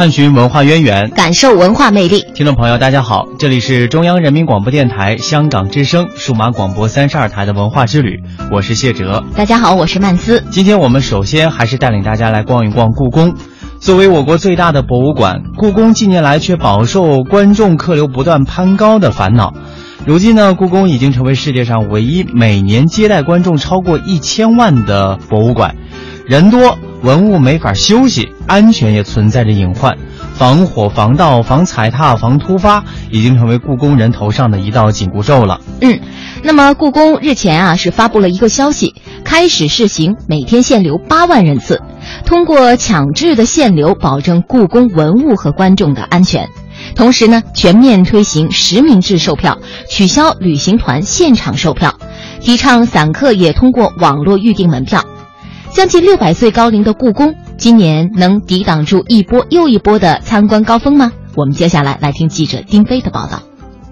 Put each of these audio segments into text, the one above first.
探寻文化渊源， 感受文化魅力。 听众朋友大家好，这里是中央人民广播电台香港之声数码广播32台的文化之旅，我是谢哲。 大家好，我是曼斯。 今天我们首先还是带领大家来逛一逛故宫。作为我国最大的博物馆，故宫近年来却饱受观众客流不断攀高的烦恼。如今呢，故宫已经成为世界上唯一每年接待观众超过1000万的博物馆。人多，文物没法休息，安全也存在着隐患，防火、防盗、防踩踏、防突发，已经成为故宫人头上的一道紧箍咒了。 那么故宫日前是发布了一个消息，开始试行每天限流8万人次，通过强制的限流保证故宫文物和观众的安全。同时呢，全面推行实名制售票，取消旅行团现场售票，提倡散客也通过网络预订门票。将近600岁高龄的故宫，今年能抵挡住一波又一波的参观高峰吗？我们接下来听记者丁飞的报道。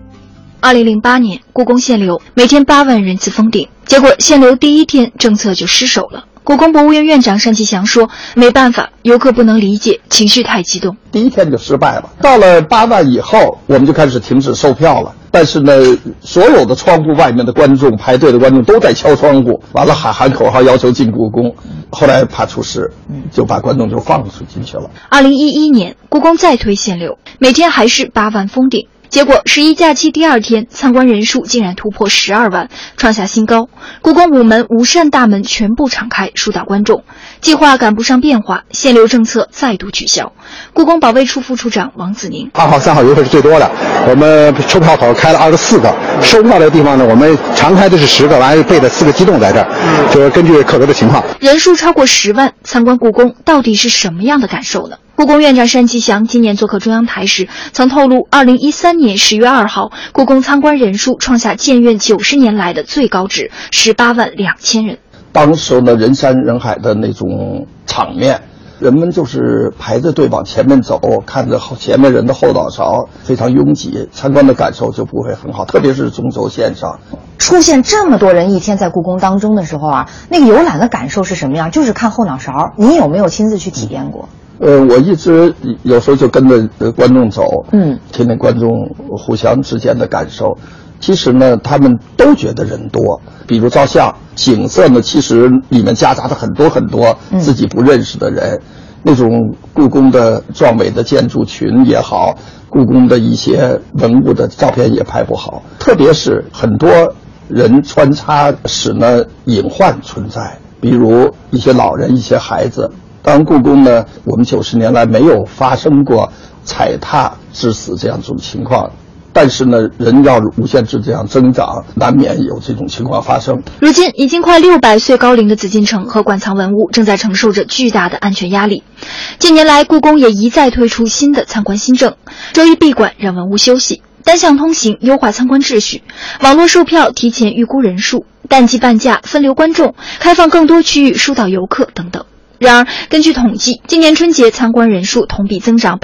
2008年，故宫限流，每天8万人次封顶，结果限流第一天政策就失手了。故宫博物院院长单霁翔说：“没办法，游客不能理解，情绪太激动。 第一天就失败了。到了8万以后，我们就开始停止售票了。但是呢，所有的窗户外面的观众、排队的观众都在敲窗户，完了喊口号，要求进故宫。后来怕出事，就把观众就放出进去了。 2011年，故宫再推限流，每天还是8万封顶。”结果11假期第2天，参观人数竟然突破12万，创下新高。故宫午门无扇大门全部敞开，疏导观众。计划赶不上变化，限流政策再度取消。故宫保卫处副处长王子宁 ：2号、3号游客是最多的，我们售票口开了24个，售票的地方呢，我们常开的是10个，完了备了4个机动在这儿，就是根据客流的情况。 人数超过10万，参观故宫到底是什么样的感受呢？故宫院长单霁翔今年做客中央台时曾透露，2013年10月2号，故宫参观人数创下建院90年来的最高值，18万2千人。 当时呢，人山人海的那种场面，人们就是排着队往前面走，看着前面人的后脑勺，非常拥挤，参观的感受就不会很好，特别是中轴线上。 出现这么多人一天在故宫当中的时候啊，那个游览的感受是什么样？就是看后脑勺，你有没有亲自去体验过？ 我一直有时候就跟着观众走，听听观众互相之间的感受。其实呢，他们都觉得人多，比如照相，景色呢，其实里面夹杂着很多自己不认识的人。那种故宫的壮伟的建筑群也好，故宫的一些文物的照片也拍不好，特别是很多人穿插使呢隐患存在，比如一些老人、一些孩子。当然故宫呢，我们90年来没有发生过踩踏致死这样一种情况，但是呢，人要无限制这样增长，难免有这种情况发生。 如今已经快600岁高龄的紫禁城和馆藏文物正在承受着巨大的安全压力。近年来，故宫也一再推出新的参观新政，周一闭馆让文物休息，单向通行优化参观秩序，网络售票提前预估人数，淡季半价分流观众，开放更多区域疏导游客等等。然而，根据统计，今年春节参观人数同比增长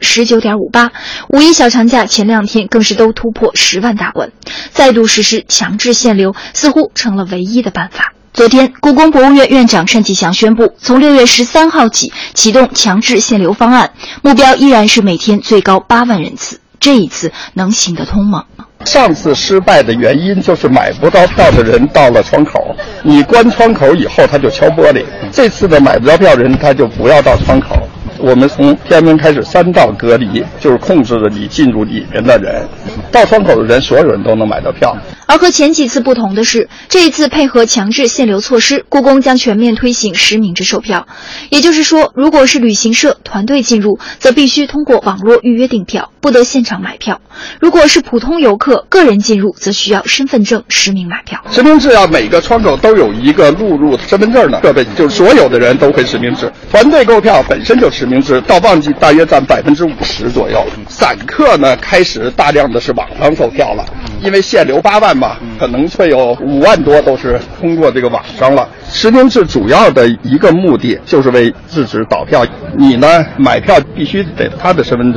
19.58%，五一小长假前2天更是都突破10万大关。再度实施强制限流，似乎成了唯一的办法。昨天，故宫博物院院长单霁翔宣布，从6月13号起启动强制限流方案，目标依然是每天最高8万人次。这一次能行得通吗？ 上次失败的原因就是买不到票的人到了窗口，你关窗口以后他就敲玻璃。这次的买不到票的人他就不要到窗口。我们从天安门开始3道隔离，就是控制了你进入里面的人，到窗口的人所有人都能买到票。 而和前几次不同的是，这一次配合强制限流措施，故宫将全面推行实名制售票。也就是说，如果是旅行社团队进入，则必须通过网络预约订票，不得现场买票；如果是普通游客个人进入，则需要身份证实名买票。 实名制要每个窗口都有一个录入身份证的设备，就是所有的人都会实名制。团队购票本身就实名制，到旺季大约占50%左右。散客呢，开始大量的是网上购票了，因为限流8万嘛，可能会有5万多都是通过这个网上了。实名制主要的一个目的就是为制止倒票。你呢买票必须得他的身份证，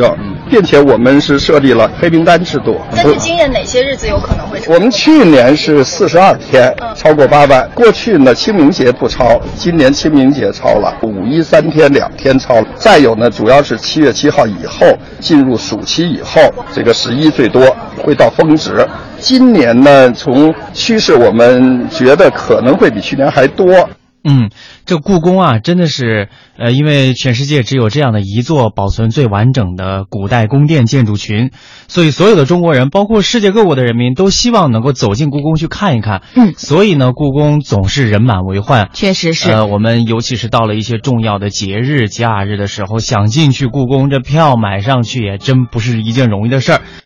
并且我们是设立了黑名单制度。 根据经验，哪些日子有可能会超？ 我们去年是42天，超过8万。过去呢，清明节不超，今年清明节超了，5一3天2天超了。再有呢，主要是7月7号以后进入暑期以后，这个11最多会到峰值。今年呢，从趋势我们觉得可能会比去年还多。 这故宫啊，真的是因为全世界只有这样的一座保存最完整的古代宫殿建筑群，所以所有的中国人，包括世界各国的人民，都希望能够走进故宫去看一看。所以呢，故宫总是人满为患。 确实是。 我们尤其是到了一些重要的节日、假日的时候，想进去故宫，这票买上去也真不是一件容易的事儿。